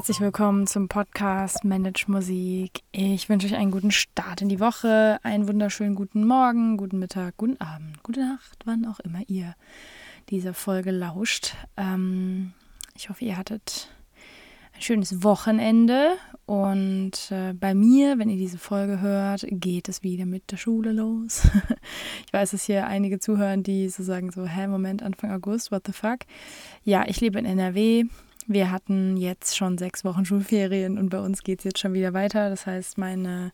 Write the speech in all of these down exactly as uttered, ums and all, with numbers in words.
herzlich willkommen zum Podcast Manage Musik. Ich wünsche euch einen guten Start in die Woche, einen wunderschönen guten Morgen, guten Mittag, guten Abend, gute Nacht, wann auch immer ihr dieser Folge lauscht. Ähm, ich hoffe, ihr hattet ein schönes Wochenende und äh, bei mir, wenn ihr diese Folge hört, geht es wieder mit der Schule los. Ich weiß, dass hier einige zuhören, die so sagen so, hä, Moment, Anfang August, what the fuck? Ja, ich lebe in N R W. Wir hatten jetzt schon sechs Wochen Schulferien und bei uns geht es jetzt schon wieder weiter. Das heißt, meine,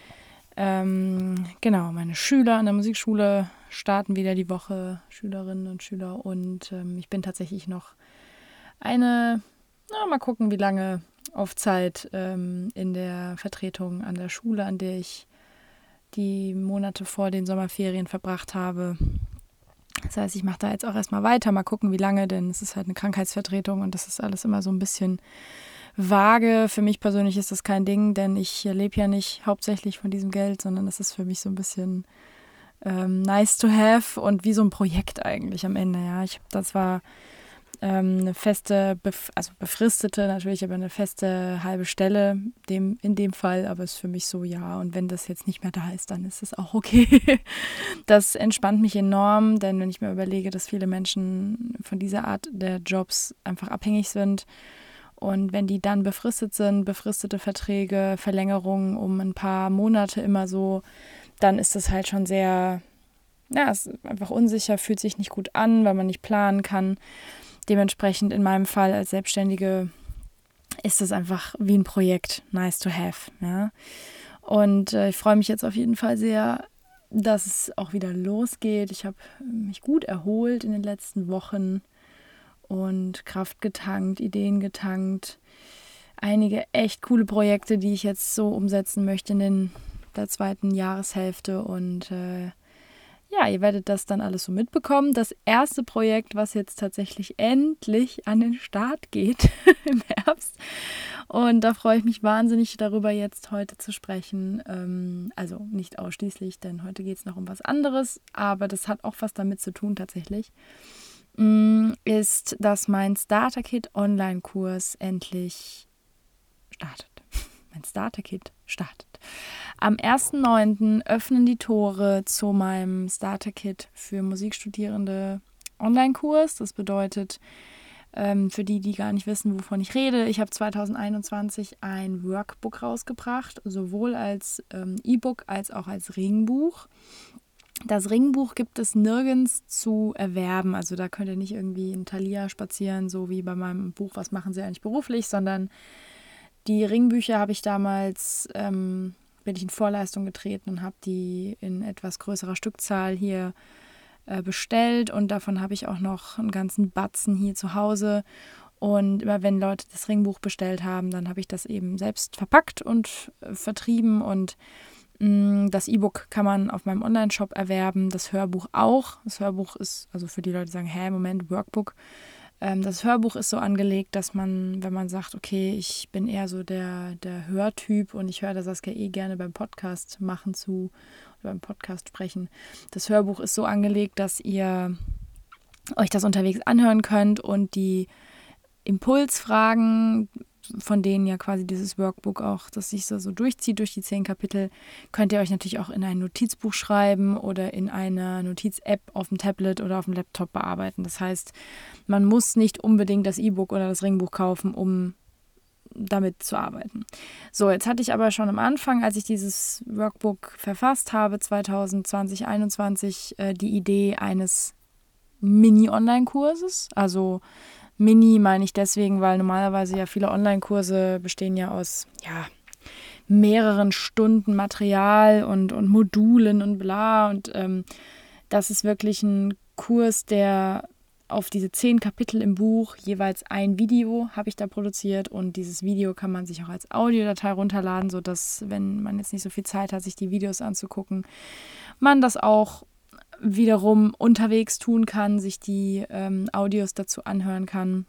ähm, genau, meine Schüler an der Musikschule starten wieder die Woche, Schülerinnen und Schüler. Und ähm, ich bin tatsächlich noch eine, na, mal gucken, wie lange auf Zeit ähm, in der Vertretung an der Schule, an der ich die Monate vor den Sommerferien verbracht habe. Das heißt, ich mache da jetzt auch erstmal weiter, mal gucken, wie lange, denn es ist halt eine Krankheitsvertretung und das ist alles immer so ein bisschen vage. Für mich persönlich ist das kein Ding, denn ich lebe ja nicht hauptsächlich von diesem Geld, sondern das ist für mich so ein bisschen ähm, nice to have und wie so ein Projekt eigentlich am Ende. Ja, ich habe das war ähm, eine feste, bef- also befristete natürlich, aber eine feste halbe Stelle dem, in dem Fall, aber es ist für mich so, ja, und wenn das jetzt nicht mehr da ist, dann ist es auch okay. Das entspannt mich enorm, denn wenn ich mir überlege, dass viele Menschen von dieser Art der Jobs einfach abhängig sind und wenn die dann befristet sind, befristete Verträge, Verlängerungen um ein paar Monate immer so, dann ist das halt schon sehr, ja, es ist einfach unsicher, fühlt sich nicht gut an, weil man nicht planen kann. Dementsprechend in meinem Fall als Selbstständige ist es einfach wie ein Projekt, nice to have. Ja? Und äh, ich freue mich jetzt auf jeden Fall sehr, dass es auch wieder losgeht. Ich habe mich gut erholt in den letzten Wochen und Kraft getankt, Ideen getankt. Einige echt coole Projekte, die ich jetzt so umsetzen möchte in den, der zweiten Jahreshälfte und äh, ja, ihr werdet das dann alles so mitbekommen. Das erste Projekt, was jetzt tatsächlich endlich an den Start geht im Herbst. Und da freue ich mich wahnsinnig darüber, jetzt heute zu sprechen. Ähm, also nicht ausschließlich, denn heute geht es noch um was anderes. Aber das hat auch was damit zu tun tatsächlich. Ist, dass mein Starter-Kit Online-Kurs endlich startet. Mein Starter-Kit startet. Am ersten neunten öffnen die Tore zu meinem Starter-Kit für Musikstudierende Online-Kurs. Das bedeutet, ähm, für die, die gar nicht wissen, wovon ich rede, ich habe zwanzig einundzwanzig ein Workbook rausgebracht, sowohl als ähm, E-Book als auch als Ringbuch. Das Ringbuch gibt es nirgends zu erwerben. Also da könnt ihr nicht irgendwie in Thalia spazieren, so wie bei meinem Buch Was machen Sie eigentlich beruflich, sondern die Ringbücher habe ich damals, ähm, bin ich in Vorleistung getreten und habe die in etwas größerer Stückzahl hier äh, bestellt und davon habe ich auch noch einen ganzen Batzen hier zu Hause. Und immer wenn Leute das Ringbuch bestellt haben, dann habe ich das eben selbst verpackt und äh, vertrieben und mh, das E-Book kann man auf meinem Online-Shop erwerben, das Hörbuch auch. Das Hörbuch ist, also für die Leute, die sagen, hä, Moment, Workbook. Das Hörbuch ist so angelegt, dass man, wenn man sagt, okay, ich bin eher so der, der Hörtyp und ich höre das Saskia eh gerne beim Podcast machen zu, oder beim Podcast sprechen. Das Hörbuch ist so angelegt, dass ihr euch das unterwegs anhören könnt und die Impulsfragen, von denen ja quasi dieses Workbook auch, das sich so, so durchzieht durch die zehn Kapitel, könnt ihr euch natürlich auch in ein Notizbuch schreiben oder in einer Notiz-App auf dem Tablet oder auf dem Laptop bearbeiten. Das heißt, man muss nicht unbedingt das E-Book oder das Ringbuch kaufen, um damit zu arbeiten. So, jetzt hatte ich aber schon am Anfang, als ich dieses Workbook verfasst habe, zwanzig zwanzig einundzwanzig, äh, die Idee eines Mini-Online-Kurses, also Mini meine ich deswegen, weil normalerweise ja viele Online-Kurse bestehen ja aus ja, mehreren Stunden Material und, und Modulen und bla. Und ähm, das ist wirklich ein Kurs, der auf diese zehn Kapitel im Buch jeweils ein Video habe ich da produziert und dieses Video kann man sich auch als Audiodatei runterladen, sodass, wenn man jetzt nicht so viel Zeit hat, sich die Videos anzugucken, man das auch wiederum unterwegs tun kann, sich die ähm, Audios dazu anhören kann.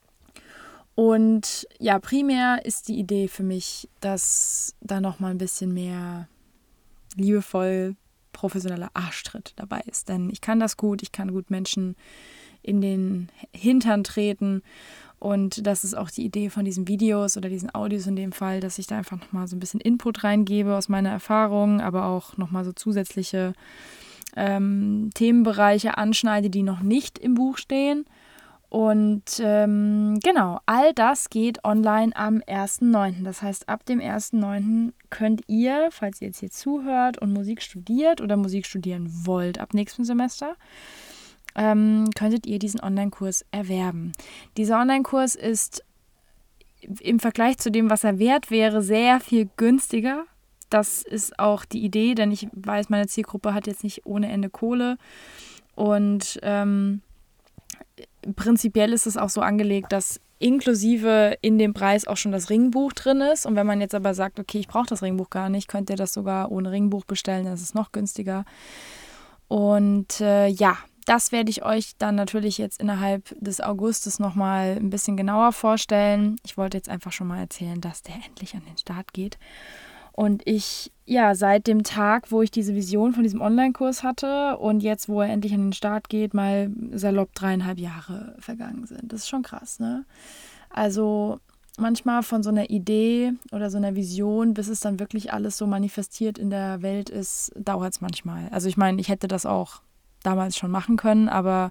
Und ja, primär ist die Idee für mich, dass da nochmal ein bisschen mehr liebevoll professioneller Arschtritt dabei ist. Denn ich kann das gut, ich kann gut Menschen in den Hintern treten Und das ist auch die Idee von diesen Videos oder diesen Audios in dem Fall, dass ich da einfach nochmal so ein bisschen Input reingebe aus meiner Erfahrung, aber auch nochmal so zusätzliche ähm, Themenbereiche anschneide, die noch nicht im Buch stehen. Und ähm, genau, all das geht online am ersten neunten Das heißt, ab dem ersten neunten könnt ihr, falls ihr jetzt hier zuhört und Musik studiert oder Musik studieren wollt ab nächstem Semester, ähm, könntet ihr diesen Online-Kurs erwerben. Dieser Online-Kurs ist im Vergleich zu dem, was er wert wäre, sehr viel günstiger. Das ist auch die Idee, denn ich weiß, meine Zielgruppe hat jetzt nicht ohne Ende Kohle. Und ähm, prinzipiell ist es auch so angelegt, dass inklusive in dem Preis auch schon das Ringbuch drin ist. Und wenn man jetzt aber sagt, okay, ich brauche das Ringbuch gar nicht, könnt ihr das sogar ohne Ringbuch bestellen, dann ist es noch günstiger. Und äh, ja, das werde ich euch dann natürlich jetzt innerhalb des Augustes nochmal ein bisschen genauer vorstellen. Ich wollte jetzt einfach schon mal erzählen, dass der endlich an den Start geht. Und ich, ja, seit dem Tag, wo ich diese Vision von diesem Online-Kurs hatte und jetzt, wo er endlich an den Start geht, mal salopp dreieinhalb Jahre vergangen sind. Das ist schon krass, ne? Also manchmal von so einer Idee oder so einer Vision, bis es dann wirklich alles so manifestiert in der Welt ist, dauert es manchmal. Also ich meine, ich hätte das auch damals schon machen können, aber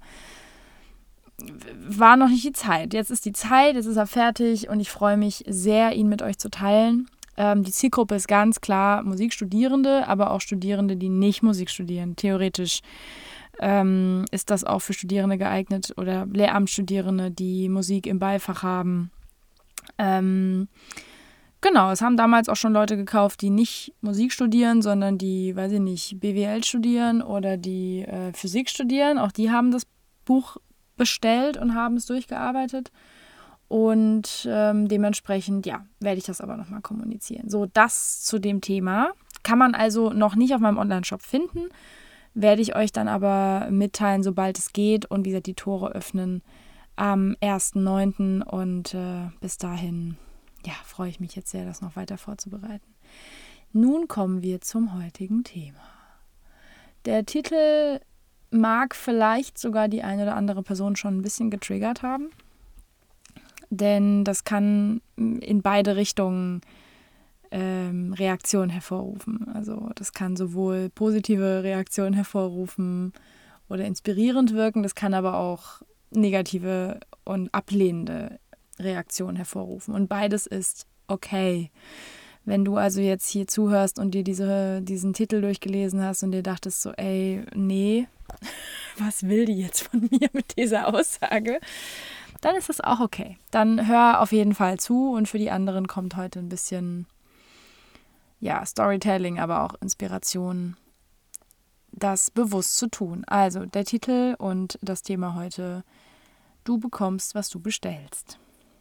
war noch nicht die Zeit. Jetzt ist die Zeit, jetzt ist er fertig und ich freue mich sehr, ihn mit euch zu teilen. Ähm, die Zielgruppe ist ganz klar Musikstudierende, aber auch Studierende, die nicht Musik studieren. Theoretisch ähm, ist das auch für Studierende geeignet oder Lehramtsstudierende, die Musik im Beifach haben. Ähm, Genau, es haben damals auch schon Leute gekauft, die nicht Musik studieren, sondern die, weiß ich nicht, B W L studieren oder die äh, Physik studieren. Auch die haben das Buch bestellt und haben es durchgearbeitet. Und ähm, dementsprechend, ja, werde ich das aber nochmal kommunizieren. So, das zu dem Thema. Kann man also noch nicht auf meinem Online-Shop finden. Werde ich euch dann aber mitteilen, sobald es geht. Und wie gesagt, die Tore öffnen am ersten neunten Und äh, bis dahin... Ja, freue ich mich jetzt sehr, das noch weiter vorzubereiten. Nun kommen wir zum heutigen Thema. Der Titel mag vielleicht sogar die eine oder andere Person schon ein bisschen getriggert haben, denn das kann in beide Richtungen ähm, Reaktionen hervorrufen. Also das kann sowohl positive Reaktionen hervorrufen oder inspirierend wirken, das kann aber auch negative und ablehnende Reaktion hervorrufen. Und beides ist okay. Wenn du also jetzt hier zuhörst und dir diese, diesen Titel durchgelesen hast und dir dachtest so, ey, nee, was will die jetzt von mir mit dieser Aussage? Dann ist das auch okay. Dann hör auf jeden Fall zu und für die anderen kommt heute ein bisschen, ja, Storytelling, aber auch Inspiration, das bewusst zu tun. Also der Titel und das Thema heute: Du bekommst, was du bestellst.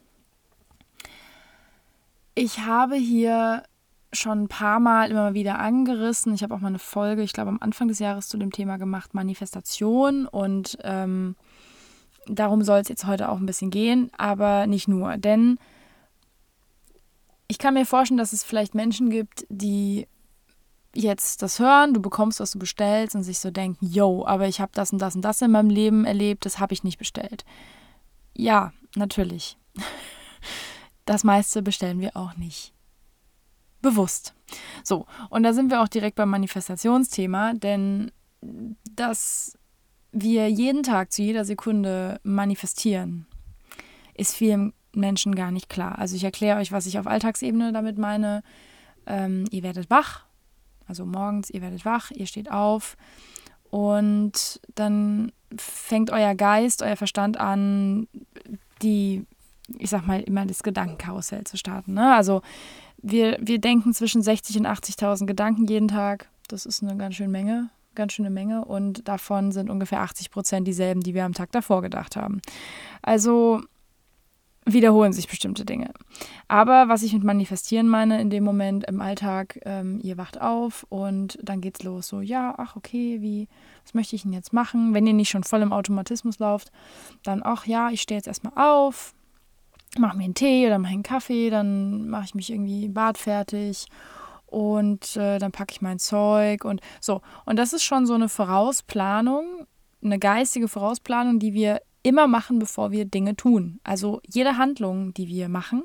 Ich habe hier schon ein paar Mal immer mal wieder angerissen. Ich habe auch mal eine Folge, ich glaube am Anfang des Jahres, zu dem Thema gemacht, Manifestation. Und ähm, darum soll es jetzt heute auch ein bisschen gehen, aber nicht nur. Denn ich kann mir vorstellen, dass es vielleicht Menschen gibt, die jetzt das hören, du bekommst, was du bestellst und sich so denken, yo, aber ich habe das und das und das in meinem Leben erlebt, das habe ich nicht bestellt. Ja, natürlich. Das meiste bestellen wir auch nicht bewusst. So, und da sind wir auch direkt beim Manifestationsthema, denn dass wir jeden Tag zu jeder Sekunde manifestieren, ist vielen Menschen gar nicht klar. Also ich erkläre euch, was ich auf Alltagsebene damit meine. Ähm, ihr werdet wach, also morgens, ihr werdet wach, ihr steht auf und dann fängt euer Geist, euer Verstand an, die ich sag mal, immer das Gedankenkarussell zu starten. Ne? Also wir, wir denken zwischen sechzig und achtzigtausend Gedanken jeden Tag. Das ist eine ganz schöne Menge, ganz schöne Menge. Und davon sind ungefähr achtzig Prozent dieselben, die wir am Tag davor gedacht haben. Also wiederholen sich bestimmte Dinge. Aber was ich mit manifestieren meine, in dem Moment im Alltag, ähm, ihr wacht auf und dann geht's los. So, ja, ach okay, wie, was möchte ich denn jetzt machen? Wenn ihr nicht schon voll im Automatismus lauft, dann, ach ja, ich stehe jetzt erstmal auf, mache mir einen Tee oder mache einen Kaffee, dann mache ich mich irgendwie im Bad fertig und äh, dann packe ich mein Zeug und so. Und das ist schon so eine Vorausplanung, eine geistige Vorausplanung, die wir immer machen, bevor wir Dinge tun. Also jede Handlung, die wir machen,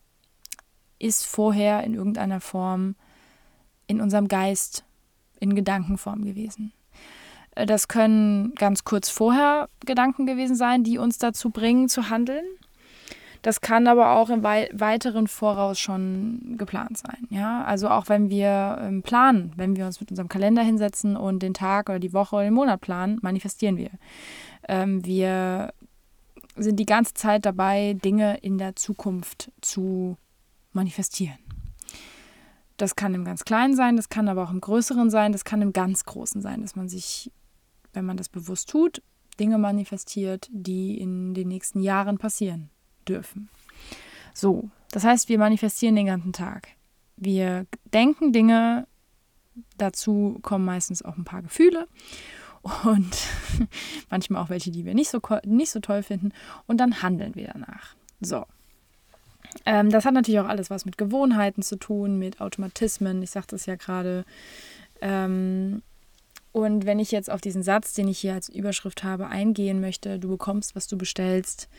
ist vorher in irgendeiner Form in unserem Geist, in Gedankenform gewesen. Das können ganz kurz vorher Gedanken gewesen sein, die uns dazu bringen, zu handeln. Das kann aber auch im wei- weiteren Voraus schon geplant sein. Ja? Also auch wenn wir ähm, planen, wenn wir uns mit unserem Kalender hinsetzen und den Tag oder die Woche oder den Monat planen, manifestieren wir. Ähm, wir sind die ganze Zeit dabei, Dinge in der Zukunft zu manifestieren. Das kann im ganz Kleinen sein, das kann aber auch im Größeren sein, das kann im ganz Großen sein, dass man sich, wenn man das bewusst tut, Dinge manifestiert, die in den nächsten Jahren passieren dürfen. So, das heißt, wir manifestieren den ganzen Tag. Wir denken Dinge, dazu kommen meistens auch ein paar Gefühle und manchmal auch welche, die wir nicht so, nicht so toll finden, und dann handeln wir danach. So. Ähm, das hat natürlich auch alles was mit Gewohnheiten zu tun, mit Automatismen, ich sagte es ja gerade. Ähm, und wenn ich jetzt auf diesen Satz, den ich hier als Überschrift habe, eingehen möchte, du bekommst, was du bestellst,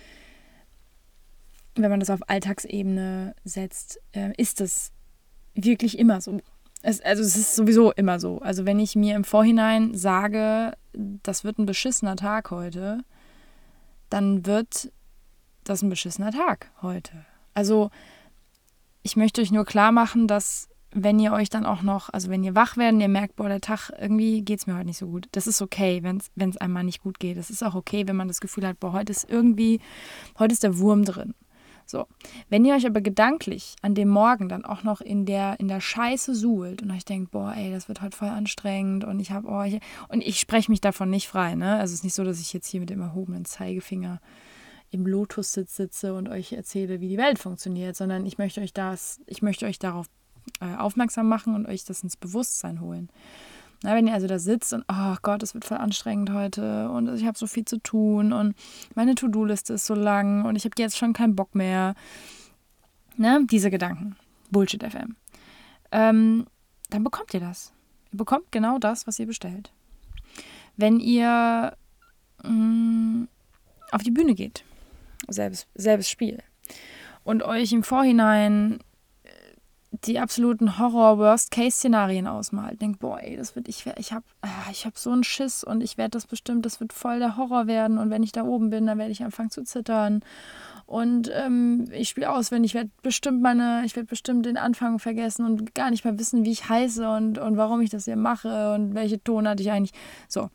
wenn man das auf Alltagsebene setzt, äh, ist es wirklich immer so. Es, also es ist sowieso immer so. Also wenn ich mir im Vorhinein sage, das wird ein beschissener Tag heute, dann wird das ein beschissener Tag heute. Also ich möchte euch nur klar machen, dass wenn ihr euch dann auch noch, also wenn ihr wach werdet, ihr merkt, boah, der Tag, irgendwie geht es mir heute nicht so gut. Das ist okay, wenn es einmal nicht gut geht. Das ist auch okay, wenn man das Gefühl hat, boah, heute ist irgendwie, heute ist der Wurm drin. So, wenn ihr euch aber gedanklich an dem Morgen dann auch noch in der, in der Scheiße suhlt und euch denkt, boah, ey, das wird heute voll anstrengend und ich habe, oh, ich, und ich spreche mich davon nicht frei, ne? Also es ist nicht so, dass ich jetzt hier mit dem erhobenen Zeigefinger im Lotussitz sitze und euch erzähle, wie die Welt funktioniert, sondern ich möchte euch das, ich möchte euch darauf äh, aufmerksam machen und euch das ins Bewusstsein holen. Na, wenn ihr also da sitzt und, oh Gott, es wird voll anstrengend heute und ich habe so viel zu tun und meine To-Do-Liste ist so lang und ich habe jetzt schon keinen Bock mehr. Ne? Diese Gedanken. Bullshit F M. Ähm, dann bekommt ihr das. Ihr bekommt genau das, was ihr bestellt. Wenn ihr mh, auf die Bühne geht, selbes, selbes Spiel, und euch im Vorhinein die absoluten Horror-Worst-Case-Szenarien ausmalt. Denkt, boah, ey, das wird, ich, ich habe ich hab so einen Schiss und ich werde das bestimmt, das wird voll der Horror werden und wenn ich da oben bin, dann werde ich anfangen zu zittern und ähm, ich spiele aus, wenn ich werde bestimmt meine, ich werde bestimmt den Anfang vergessen und gar nicht mehr wissen, wie ich heiße und, und warum ich das hier mache und welche Tonart ich eigentlich, so.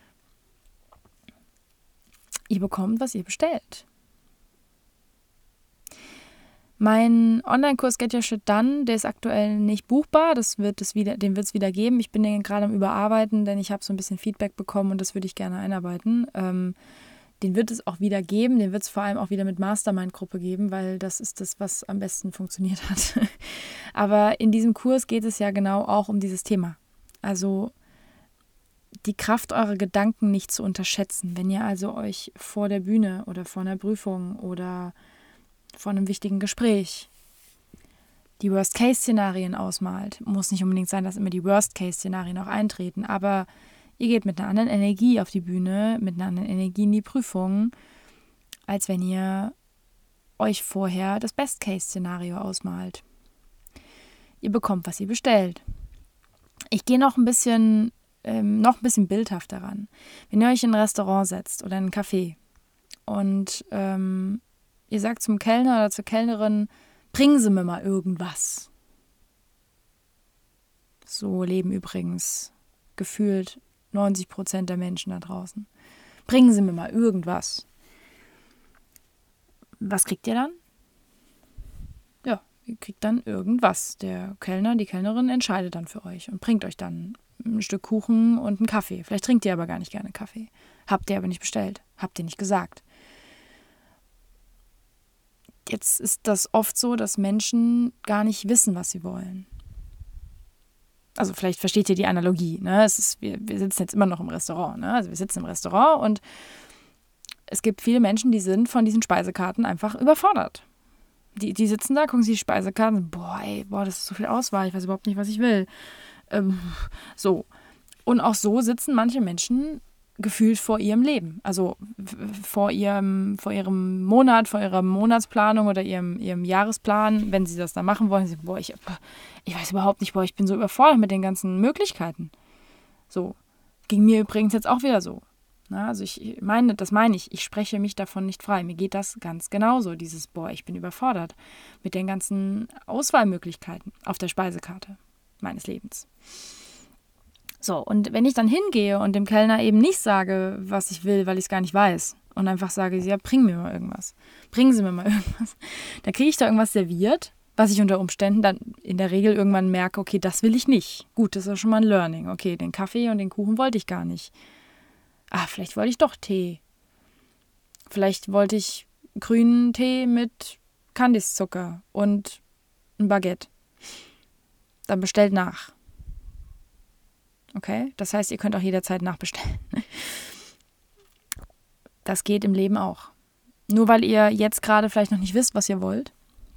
Ihr bekommt, was ihr bestellt. Mein Online-Kurs Get Your Shit Done, der ist aktuell nicht buchbar, das wird es wieder, den wird es wieder geben. Ich bin den gerade am Überarbeiten, denn ich habe so ein bisschen Feedback bekommen und das würde ich gerne einarbeiten. Ähm, den wird es auch wieder geben, den wird es vor allem auch wieder mit Mastermind-Gruppe geben, weil das ist das, was am besten funktioniert hat. Aber in diesem Kurs geht es ja genau auch um dieses Thema. Also die Kraft eurer Gedanken nicht zu unterschätzen. Wenn ihr also euch vor der Bühne oder vor einer Prüfung oder vor einem wichtigen Gespräch die Worst-Case-Szenarien ausmalt. Muss nicht unbedingt sein, dass immer die Worst-Case-Szenarien auch eintreten, aber ihr geht mit einer anderen Energie auf die Bühne, mit einer anderen Energie in die Prüfung, als wenn ihr euch vorher das Best-Case-Szenario ausmalt. Ihr bekommt, was ihr bestellt. Ich gehe noch ein bisschen, ähm, noch ein bisschen bildhafter ran. Wenn ihr euch in ein Restaurant setzt oder in ein Café und ähm, ihr sagt zum Kellner oder zur Kellnerin, bringen Sie mir mal irgendwas. So leben übrigens gefühlt neunzig Prozent der Menschen da draußen. Bringen Sie mir mal irgendwas. Was kriegt ihr dann? Ja, ihr kriegt dann irgendwas. Der Kellner, die Kellnerin entscheidet dann für euch und bringt euch dann ein Stück Kuchen und einen Kaffee. Vielleicht trinkt ihr aber gar nicht gerne Kaffee. Habt ihr aber nicht bestellt. Habt ihr nicht gesagt. Jetzt ist das oft so, dass Menschen gar nicht wissen, was sie wollen. Also vielleicht versteht ihr die Analogie. Ne? Es ist, wir, wir sitzen jetzt immer noch im Restaurant. Ne? Also wir sitzen im Restaurant und es gibt viele Menschen, die sind von diesen Speisekarten einfach überfordert. Die, die sitzen da, gucken sich die Speisekarten und boah, ey, boah, das ist so viel Auswahl, ich weiß überhaupt nicht, was ich will. Ähm, so. Und auch so sitzen manche Menschen gefühlt vor ihrem Leben. Also vor ihrem, vor ihrem Monat, vor ihrer Monatsplanung oder ihrem, ihrem Jahresplan, wenn sie das dann machen wollen. Sie, boah, ich, ich weiß überhaupt nicht, boah, ich bin so überfordert mit den ganzen Möglichkeiten. So. Ging mir übrigens jetzt auch wieder so. Na, also ich meine, das meine ich, ich spreche mich davon nicht frei. Mir geht das ganz genauso, dieses, boah, ich bin überfordert mit den ganzen Auswahlmöglichkeiten auf der Speisekarte meines Lebens. So, und wenn ich dann hingehe und dem Kellner eben nicht sage, was ich will, weil ich es gar nicht weiß und einfach sage, ja, bring mir mal irgendwas, bringen Sie mir mal irgendwas, dann kriege ich da irgendwas serviert, was ich unter Umständen dann in der Regel irgendwann merke, okay, das will ich nicht. Gut, das ist ja schon mal ein Learning. Okay, den Kaffee und den Kuchen wollte ich gar nicht. Ah, vielleicht wollte ich doch Tee. Vielleicht wollte ich grünen Tee mit Kandiszucker und ein Baguette. Dann bestellt nach. Okay? Das heißt, ihr könnt auch jederzeit nachbestellen. Das geht im Leben auch. Nur weil ihr jetzt gerade vielleicht noch nicht wisst, was ihr wollt,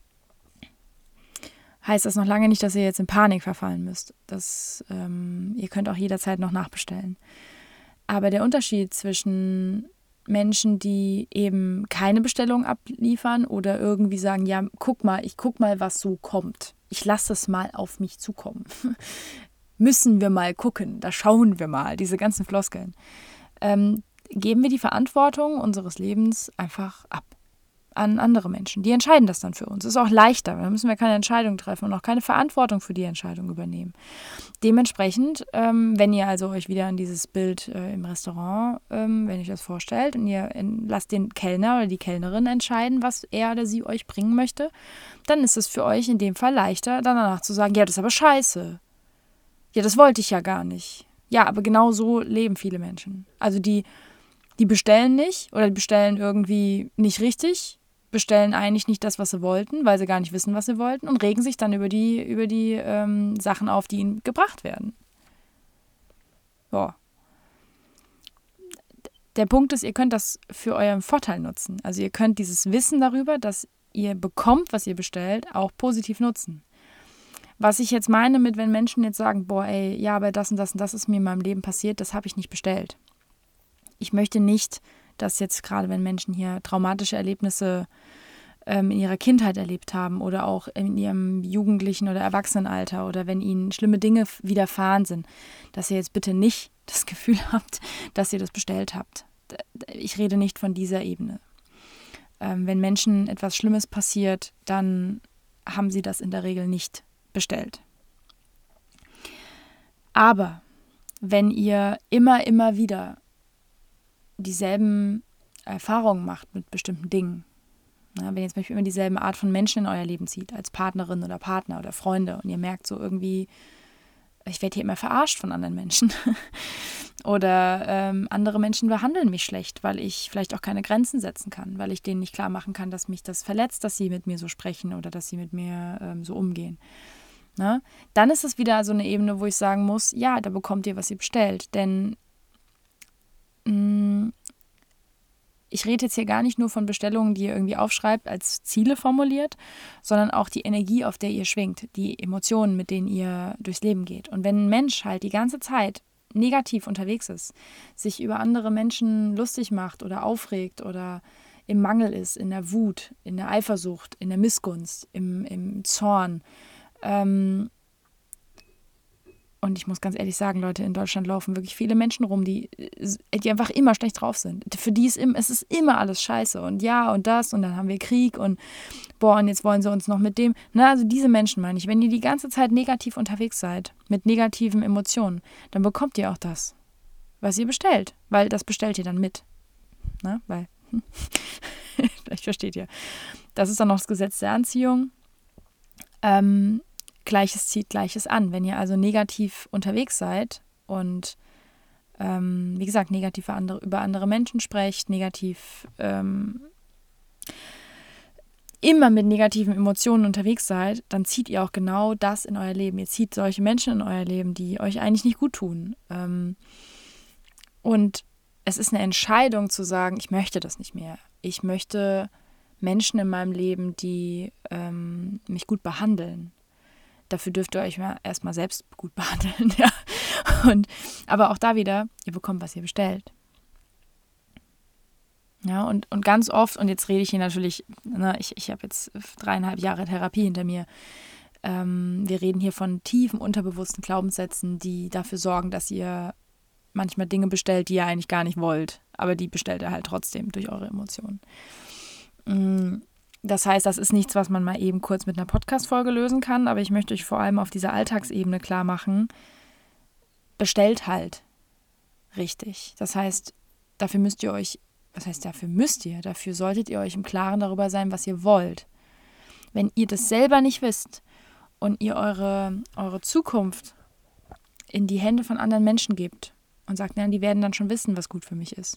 heißt das noch lange nicht, dass ihr jetzt in Panik verfallen müsst. Das, ähm, ihr könnt auch jederzeit noch nachbestellen. Aber der Unterschied zwischen Menschen, die eben keine Bestellung abliefern oder irgendwie sagen, ja, guck mal, ich guck mal, was so kommt. Ich lasse es mal auf mich zukommen. Müssen wir mal gucken, da schauen wir mal, diese ganzen Floskeln. Ähm, geben wir die Verantwortung unseres Lebens einfach ab an andere Menschen. Die entscheiden das dann für uns. Ist auch leichter, da müssen wir keine Entscheidung treffen und auch keine Verantwortung für die Entscheidung übernehmen. Dementsprechend, ähm, wenn ihr also euch wieder an dieses Bild äh, im Restaurant, ähm, wenn ihr euch das vorstellt und ihr in, lasst den Kellner oder die Kellnerin entscheiden, was er oder sie euch bringen möchte, dann ist es für euch in dem Fall leichter, dann danach zu sagen, ja, das ist aber scheiße. Ja, das wollte ich ja gar nicht. Ja, aber genau so leben viele Menschen. Also die, die bestellen nicht oder die bestellen irgendwie nicht richtig, bestellen eigentlich nicht das, was sie wollten, weil sie gar nicht wissen, was sie wollten und regen sich dann über die, über die ähm, Sachen auf, die ihnen gebracht werden. Ja. Der Punkt ist, ihr könnt das für euren Vorteil nutzen. Also ihr könnt dieses Wissen darüber, dass ihr bekommt, was ihr bestellt, auch positiv nutzen. Was ich jetzt meine mit, wenn Menschen jetzt sagen, boah, ey, ja, aber das und das und das ist mir in meinem Leben passiert, das habe ich nicht bestellt. Ich möchte nicht, dass jetzt gerade, wenn Menschen hier traumatische Erlebnisse ähm, in ihrer Kindheit erlebt haben oder auch in ihrem Jugendlichen- oder Erwachsenenalter oder wenn ihnen schlimme Dinge widerfahren sind, dass ihr jetzt bitte nicht das Gefühl habt, dass ihr das bestellt habt. Ich rede nicht von dieser Ebene. Ähm, wenn Menschen etwas Schlimmes passiert, dann haben sie das in der Regel nicht bestellt. Aber wenn ihr immer, immer wieder dieselben Erfahrungen macht mit bestimmten Dingen, na, wenn ihr zum Beispiel immer dieselben Art von Menschen in euer Leben zieht, als Partnerin oder Partner oder Freunde und ihr merkt so irgendwie, ich werde hier immer verarscht von anderen Menschen oder ähm, andere Menschen behandeln mich schlecht, weil ich vielleicht auch keine Grenzen setzen kann, weil ich denen nicht klar machen kann, dass mich das verletzt, dass sie mit mir so sprechen oder dass sie mit mir ähm, so umgehen. Na? Dann ist es wieder so eine Ebene, wo ich sagen muss, ja, da bekommt ihr, was ihr bestellt, denn mh, ich rede jetzt hier gar nicht nur von Bestellungen, die ihr irgendwie aufschreibt, als Ziele formuliert, sondern auch die Energie, auf der ihr schwingt, die Emotionen, mit denen ihr durchs Leben geht. Und wenn ein Mensch halt die ganze Zeit negativ unterwegs ist, sich über andere Menschen lustig macht oder aufregt oder im Mangel ist, in der Wut, in der Eifersucht, in der Missgunst, im, im Zorn, ähm, und ich muss ganz ehrlich sagen, Leute, in Deutschland laufen wirklich viele Menschen rum, die, die einfach immer schlecht drauf sind. Für die ist im, es ist immer alles scheiße. Und ja, und das, und dann haben wir Krieg und boah, und jetzt wollen sie uns noch mit dem. Na, also diese Menschen meine ich, wenn ihr die ganze Zeit negativ unterwegs seid, mit negativen Emotionen, dann bekommt ihr auch das, was ihr bestellt. Weil das bestellt ihr dann mit. Na, weil, hm. Vielleicht versteht ihr. Das ist dann noch das Gesetz der Anziehung. Ähm, Gleiches zieht Gleiches an. Wenn ihr also negativ unterwegs seid und, ähm, wie gesagt, negativ über andere, über andere Menschen sprecht, negativ ähm, immer mit negativen Emotionen unterwegs seid, dann zieht ihr auch genau das in euer Leben. Ihr zieht solche Menschen in euer Leben, die euch eigentlich nicht gut tun. Ähm, und es ist eine Entscheidung zu sagen, ich möchte das nicht mehr. Ich möchte Menschen in meinem Leben, die ähm, mich gut behandeln. Dafür dürft ihr euch mal erstmal selbst gut behandeln. Ja. Und, aber auch da wieder, ihr bekommt, was ihr bestellt. Ja, und, und ganz oft, und jetzt rede ich hier natürlich, ne, ich, ich habe jetzt dreieinhalb Jahre Therapie hinter mir, ähm, wir reden hier von tiefen, unterbewussten Glaubenssätzen, die dafür sorgen, dass ihr manchmal Dinge bestellt, die ihr eigentlich gar nicht wollt, aber die bestellt ihr halt trotzdem durch eure Emotionen. Das heißt, das ist nichts, was man mal eben kurz mit einer Podcast-Folge lösen kann, aber ich möchte euch vor allem auf dieser Alltagsebene klar machen, bestellt halt richtig. Das heißt, dafür müsst ihr euch, was heißt dafür müsst ihr, dafür solltet ihr euch im Klaren darüber sein, was ihr wollt. Wenn ihr das selber nicht wisst und ihr eure, eure Zukunft in die Hände von anderen Menschen gebt und sagt, na, die werden dann schon wissen, was gut für mich ist,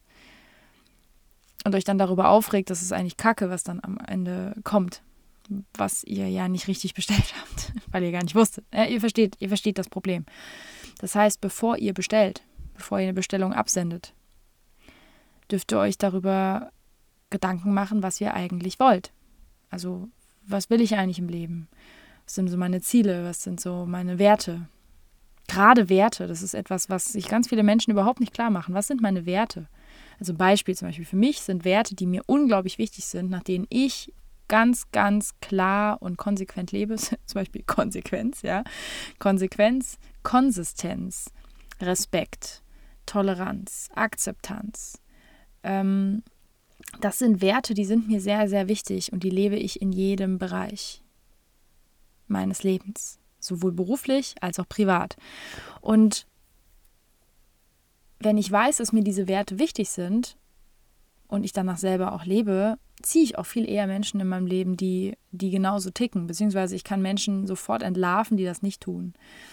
und euch dann darüber aufregt, dass es eigentlich Kacke, was dann am Ende kommt, was ihr ja nicht richtig bestellt habt, weil ihr gar nicht wusstet. Ja, ihr versteht, ihr versteht das Problem. Das heißt, bevor ihr bestellt, bevor ihr eine Bestellung absendet, dürft ihr euch darüber Gedanken machen, was ihr eigentlich wollt. Also, was will ich eigentlich im Leben? Was sind so meine Ziele? Was sind so meine Werte? Gerade Werte, das ist etwas, was sich ganz viele Menschen überhaupt nicht klar machen. Was sind meine Werte? Also Beispiel zum Beispiel für mich sind Werte, die mir unglaublich wichtig sind, nach denen ich ganz, ganz klar und konsequent lebe. Zum Beispiel Konsequenz, ja. Konsequenz, Konsistenz, Respekt, Toleranz, Akzeptanz. Ähm, das sind Werte, die sind mir sehr, sehr wichtig und die lebe ich in jedem Bereich meines Lebens. Sowohl beruflich als auch privat. Und wenn ich weiß, dass mir diese Werte wichtig sind und ich danach selber auch lebe, ziehe ich auch viel eher Menschen in meinem Leben, die, die genauso ticken. Beziehungsweise ich kann Menschen sofort entlarven, die das nicht tun.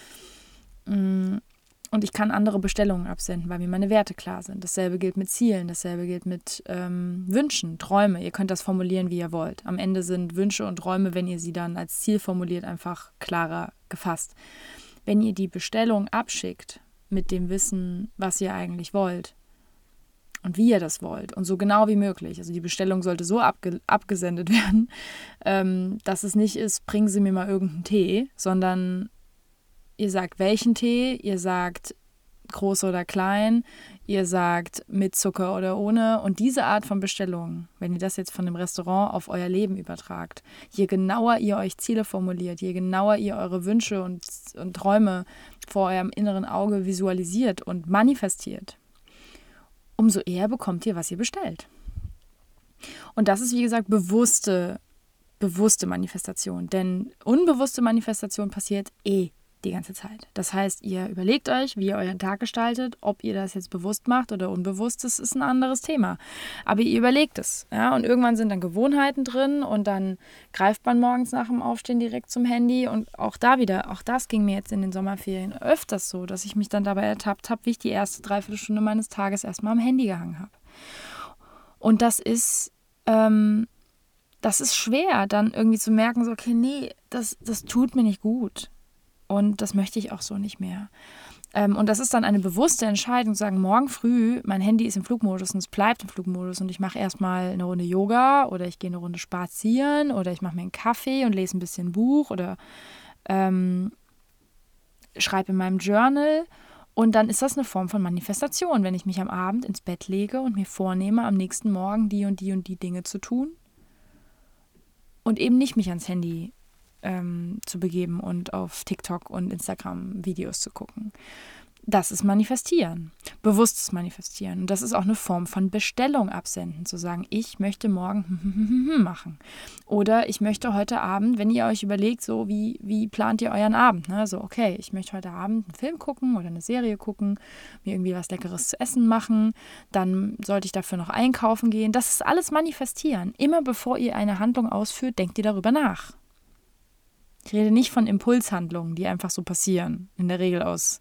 Und ich kann andere Bestellungen absenden, weil mir meine Werte klar sind. Dasselbe gilt mit Zielen, dasselbe gilt mit ähm, Wünschen, Träume. Ihr könnt das formulieren, wie ihr wollt. Am Ende sind Wünsche und Träume, wenn ihr sie dann als Ziel formuliert, einfach klarer gefasst. Wenn ihr die Bestellung abschickt, mit dem Wissen, was ihr eigentlich wollt und wie ihr das wollt und so genau wie möglich. Also die Bestellung sollte so abge- abgesendet werden, ähm, dass es nicht ist, bringen Sie mir mal irgendeinen Tee, sondern ihr sagt, welchen Tee, ihr sagt groß oder klein, ihr sagt mit Zucker oder ohne. Und diese Art von Bestellung, wenn ihr das jetzt von dem Restaurant auf euer Leben übertragt, je genauer ihr euch Ziele formuliert, je genauer ihr eure Wünsche und, und Träume vor eurem inneren Auge visualisiert und manifestiert, umso eher bekommt ihr, was ihr bestellt. Und das ist, wie gesagt, bewusste, bewusste Manifestation. Denn unbewusste Manifestation passiert eh die ganze Zeit. Das heißt, ihr überlegt euch, wie ihr euren Tag gestaltet, ob ihr das jetzt bewusst macht oder unbewusst, das ist ein anderes Thema. Aber ihr überlegt es, ja, und irgendwann sind dann Gewohnheiten drin und dann greift man morgens nach dem Aufstehen direkt zum Handy und auch da wieder, auch das ging mir jetzt in den Sommerferien öfters so, dass ich mich dann dabei ertappt habe, wie ich die erste Dreiviertelstunde meines Tages erstmal am Handy gehangen habe. Und das ist, ähm, das ist schwer, dann irgendwie zu merken, so, okay, nee, das, das tut mir nicht gut. Und das möchte ich auch so nicht mehr. Ähm, und das ist dann eine bewusste Entscheidung, zu sagen, morgen früh, mein Handy ist im Flugmodus und es bleibt im Flugmodus und ich mache erstmal eine Runde Yoga oder ich gehe eine Runde spazieren oder ich mache mir einen Kaffee und lese ein bisschen Buch oder ähm, schreibe in meinem Journal. Und dann ist das eine Form von Manifestation, wenn ich mich am Abend ins Bett lege und mir vornehme, am nächsten Morgen die und die und die Dinge zu tun und eben nicht mich ans Handy Ähm, zu begeben und auf TikTok und Instagram Videos zu gucken. Das ist Manifestieren, bewusstes Manifestieren. Und das ist auch eine Form von Bestellung absenden, zu sagen, ich möchte morgen machen. Oder ich möchte heute Abend, wenn ihr euch überlegt, so wie, wie plant ihr euren Abend? Ne? So, okay, ich möchte heute Abend einen Film gucken oder eine Serie gucken, mir irgendwie was Leckeres zu essen machen, dann sollte ich dafür noch einkaufen gehen. Das ist alles Manifestieren. Immer bevor ihr eine Handlung ausführt, denkt ihr darüber nach. Ich rede nicht von Impulshandlungen, die einfach so passieren. In der Regel aus,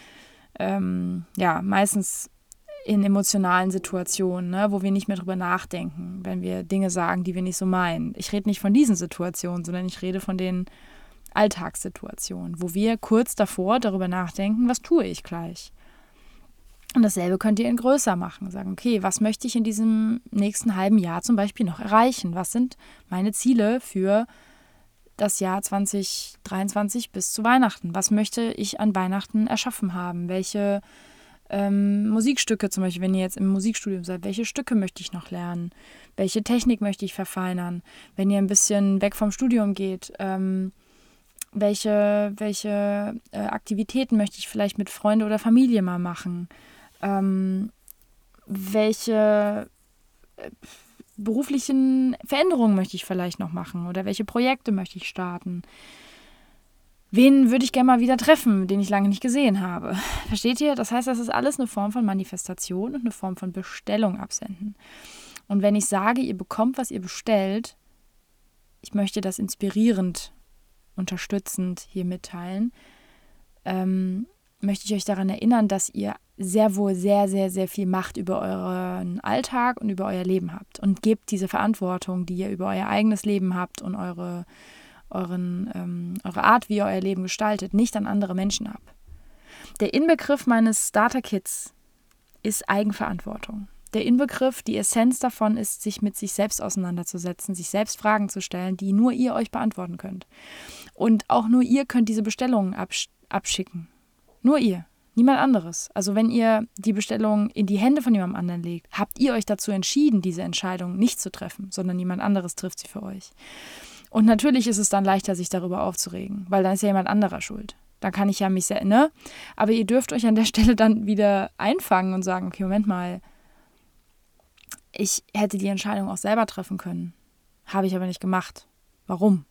ähm, ja, meistens in emotionalen Situationen, ne, wo wir nicht mehr drüber nachdenken, wenn wir Dinge sagen, die wir nicht so meinen. Ich rede nicht von diesen Situationen, sondern ich rede von den Alltagssituationen, wo wir kurz davor darüber nachdenken, was tue ich gleich. Und dasselbe könnt ihr in größer machen. Sagen, okay, was möchte ich in diesem nächsten halben Jahr zum Beispiel noch erreichen? Was sind meine Ziele für das Jahr zwanzig dreiundzwanzig bis zu Weihnachten? Was möchte ich an Weihnachten erschaffen haben? Welche Ähm, Musikstücke zum Beispiel, wenn ihr jetzt im Musikstudium seid, welche Stücke möchte ich noch lernen? Welche Technik möchte ich verfeinern? Wenn ihr ein bisschen weg vom Studium geht, ähm, welche, welche äh, Aktivitäten möchte ich vielleicht mit Freunde oder Familie mal machen? Ähm, welche äh, beruflichen Veränderungen möchte ich vielleicht noch machen? Oder welche Projekte möchte ich starten? Wen würde ich gerne mal wieder treffen, den ich lange nicht gesehen habe? Versteht ihr? Das heißt, das ist alles eine Form von Manifestation und eine Form von Bestellung absenden. Und wenn ich sage, ihr bekommt, was ihr bestellt, ich möchte das inspirierend, unterstützend hier mitteilen, ähm, möchte ich euch daran erinnern, dass ihr sehr wohl sehr, sehr, sehr viel Macht über euren Alltag und über euer Leben habt. Und gebt diese Verantwortung, die ihr über euer eigenes Leben habt und eure Euren, ähm, eure Art, wie ihr euer Leben gestaltet, nicht an andere Menschen ab. Der Inbegriff meines Starter-Kits ist Eigenverantwortung. Der Inbegriff, die Essenz davon ist, sich mit sich selbst auseinanderzusetzen, sich selbst Fragen zu stellen, die nur ihr euch beantworten könnt. Und auch nur ihr könnt diese Bestellungen absch- abschicken. Nur ihr, niemand anderes. Also wenn ihr die Bestellung in die Hände von jemandem anderen legt, habt ihr euch dazu entschieden, diese Entscheidung nicht zu treffen, sondern jemand anderes trifft sie für euch. Und natürlich ist es dann leichter, sich darüber aufzuregen, weil dann ist ja jemand anderer schuld. Da kann ich ja mich sehr, ne? Aber ihr dürft euch an der Stelle dann wieder einfangen und sagen, okay, Moment mal, ich hätte die Entscheidung auch selber treffen können. Habe ich aber nicht gemacht. Warum?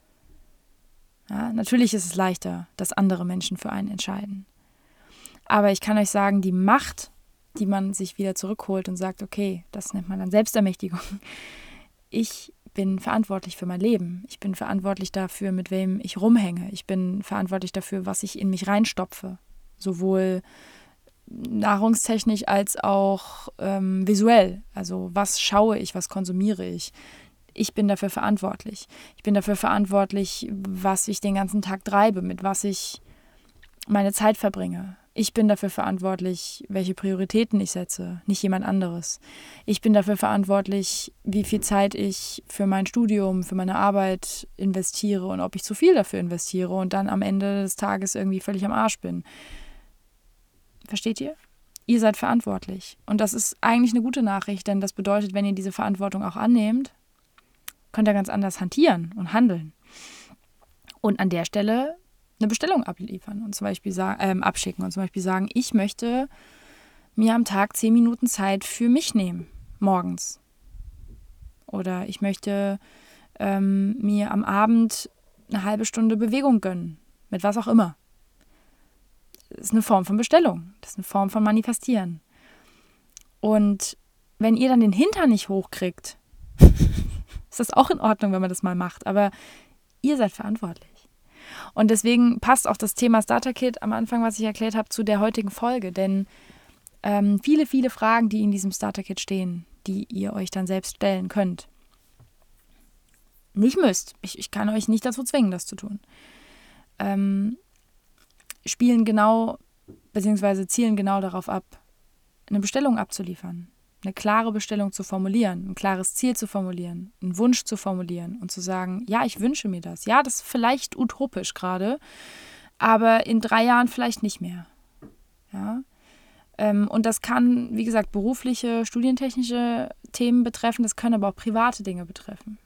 Ja, natürlich ist es leichter, dass andere Menschen für einen entscheiden. Aber ich kann euch sagen, die Macht, die man sich wieder zurückholt und sagt, okay, das nennt man dann Selbstermächtigung. Ich bin verantwortlich für mein Leben. Ich bin verantwortlich dafür, mit wem ich rumhänge. Ich bin verantwortlich dafür, was ich in mich reinstopfe. Sowohl nahrungstechnisch als auch ähm, visuell. Also was schaue ich, was konsumiere ich. Ich bin dafür verantwortlich. Ich bin dafür verantwortlich, was ich den ganzen Tag treibe, mit was ich meine Zeit verbringe. Ich bin dafür verantwortlich, welche Prioritäten ich setze, nicht jemand anderes. Ich bin dafür verantwortlich, wie viel Zeit ich für mein Studium, für meine Arbeit investiere und ob ich zu viel dafür investiere und dann am Ende des Tages irgendwie völlig am Arsch bin. Versteht ihr? Ihr seid verantwortlich. Und das ist eigentlich eine gute Nachricht, denn das bedeutet, wenn ihr diese Verantwortung auch annehmt, könnt ihr ganz anders hantieren und handeln. Und an der Stelle eine Bestellung abliefern und zum Beispiel sagen, ähm, abschicken und zum Beispiel sagen, ich möchte mir am Tag zehn Minuten Zeit für mich nehmen, morgens. Oder ich möchte ähm, mir am Abend eine halbe Stunde Bewegung gönnen, mit was auch immer. Das ist eine Form von Bestellung, das ist eine Form von Manifestieren. Und wenn ihr dann den Hintern nicht hochkriegt, ist das auch in Ordnung, wenn man das mal macht, aber ihr seid verantwortlich. Und deswegen passt auch das Thema Starter-Kit am Anfang, was ich erklärt habe, zu der heutigen Folge. Denn ähm, viele, viele Fragen, die in diesem Starter-Kit stehen, die ihr euch dann selbst stellen könnt. Nicht müsst. Ich, ich kann euch nicht dazu zwingen, das zu tun. Ähm, spielen genau, beziehungsweise zielen genau darauf ab, eine Bestellung abzuliefern. Eine klare Bestellung zu formulieren, ein klares Ziel zu formulieren, einen Wunsch zu formulieren und zu sagen, ja, ich wünsche mir das. Ja, das ist vielleicht utopisch gerade, aber in drei Jahren vielleicht nicht mehr. Ja? Ähm, und das kann, wie gesagt, berufliche, studientechnische Themen betreffen, das können aber auch private Dinge betreffen.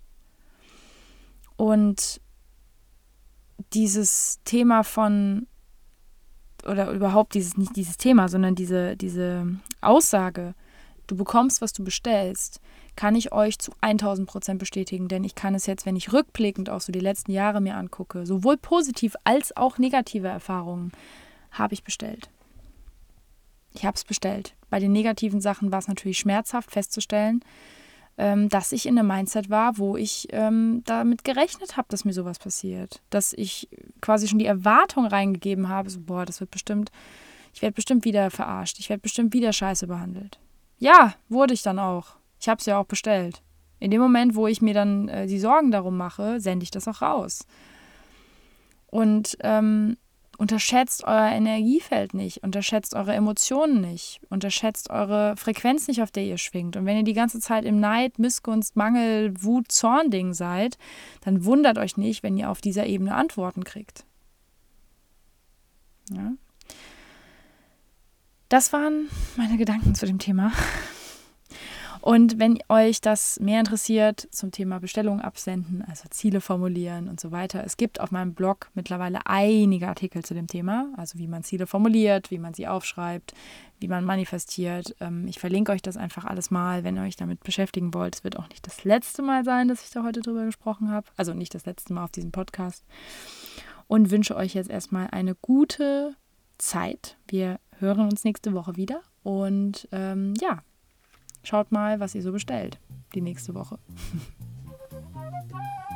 Und dieses Thema von, oder überhaupt dieses, nicht dieses Thema, sondern diese, diese Aussage, du bekommst, was du bestellst, kann ich euch zu tausend Prozent bestätigen, denn ich kann es jetzt, wenn ich rückblickend auch so die letzten Jahre mir angucke, sowohl positiv als auch negative Erfahrungen, habe ich bestellt. Ich habe es bestellt. Bei den negativen Sachen war es natürlich schmerzhaft festzustellen, ähm, dass ich in einem Mindset war, wo ich ähm, damit gerechnet habe, dass mir sowas passiert. Dass ich quasi schon die Erwartung reingegeben habe, so, boah, das wird bestimmt, ich werde bestimmt wieder verarscht, ich werde bestimmt wieder scheiße behandelt. Ja, wurde ich dann auch. Ich habe es ja auch bestellt. In dem Moment, wo ich mir dann äh, die Sorgen darum mache, sende ich das auch raus. Und ähm, unterschätzt euer Energiefeld nicht, unterschätzt eure Emotionen nicht, unterschätzt eure Frequenz nicht, auf der ihr schwingt. Und wenn ihr die ganze Zeit im Neid, Missgunst, Mangel, Wut, Zorn-Ding seid, dann wundert euch nicht, wenn ihr auf dieser Ebene Antworten kriegt. Ja? das waren meine Gedanken zu dem Thema. Und wenn euch das mehr interessiert zum Thema Bestellungen absenden, also Ziele formulieren und so weiter, es gibt auf meinem Blog mittlerweile einige Artikel zu dem Thema, also wie man Ziele formuliert, wie man sie aufschreibt, wie man manifestiert. Ich verlinke euch das einfach alles mal, wenn ihr euch damit beschäftigen wollt. Es wird auch nicht das letzte Mal sein, dass ich da heute drüber gesprochen habe, also nicht das letzte Mal auf diesem Podcast. Und wünsche euch jetzt erstmal eine gute Zeit. Wir hören uns nächste Woche wieder und ähm, ja, schaut mal, was ihr so bestellt die nächste Woche.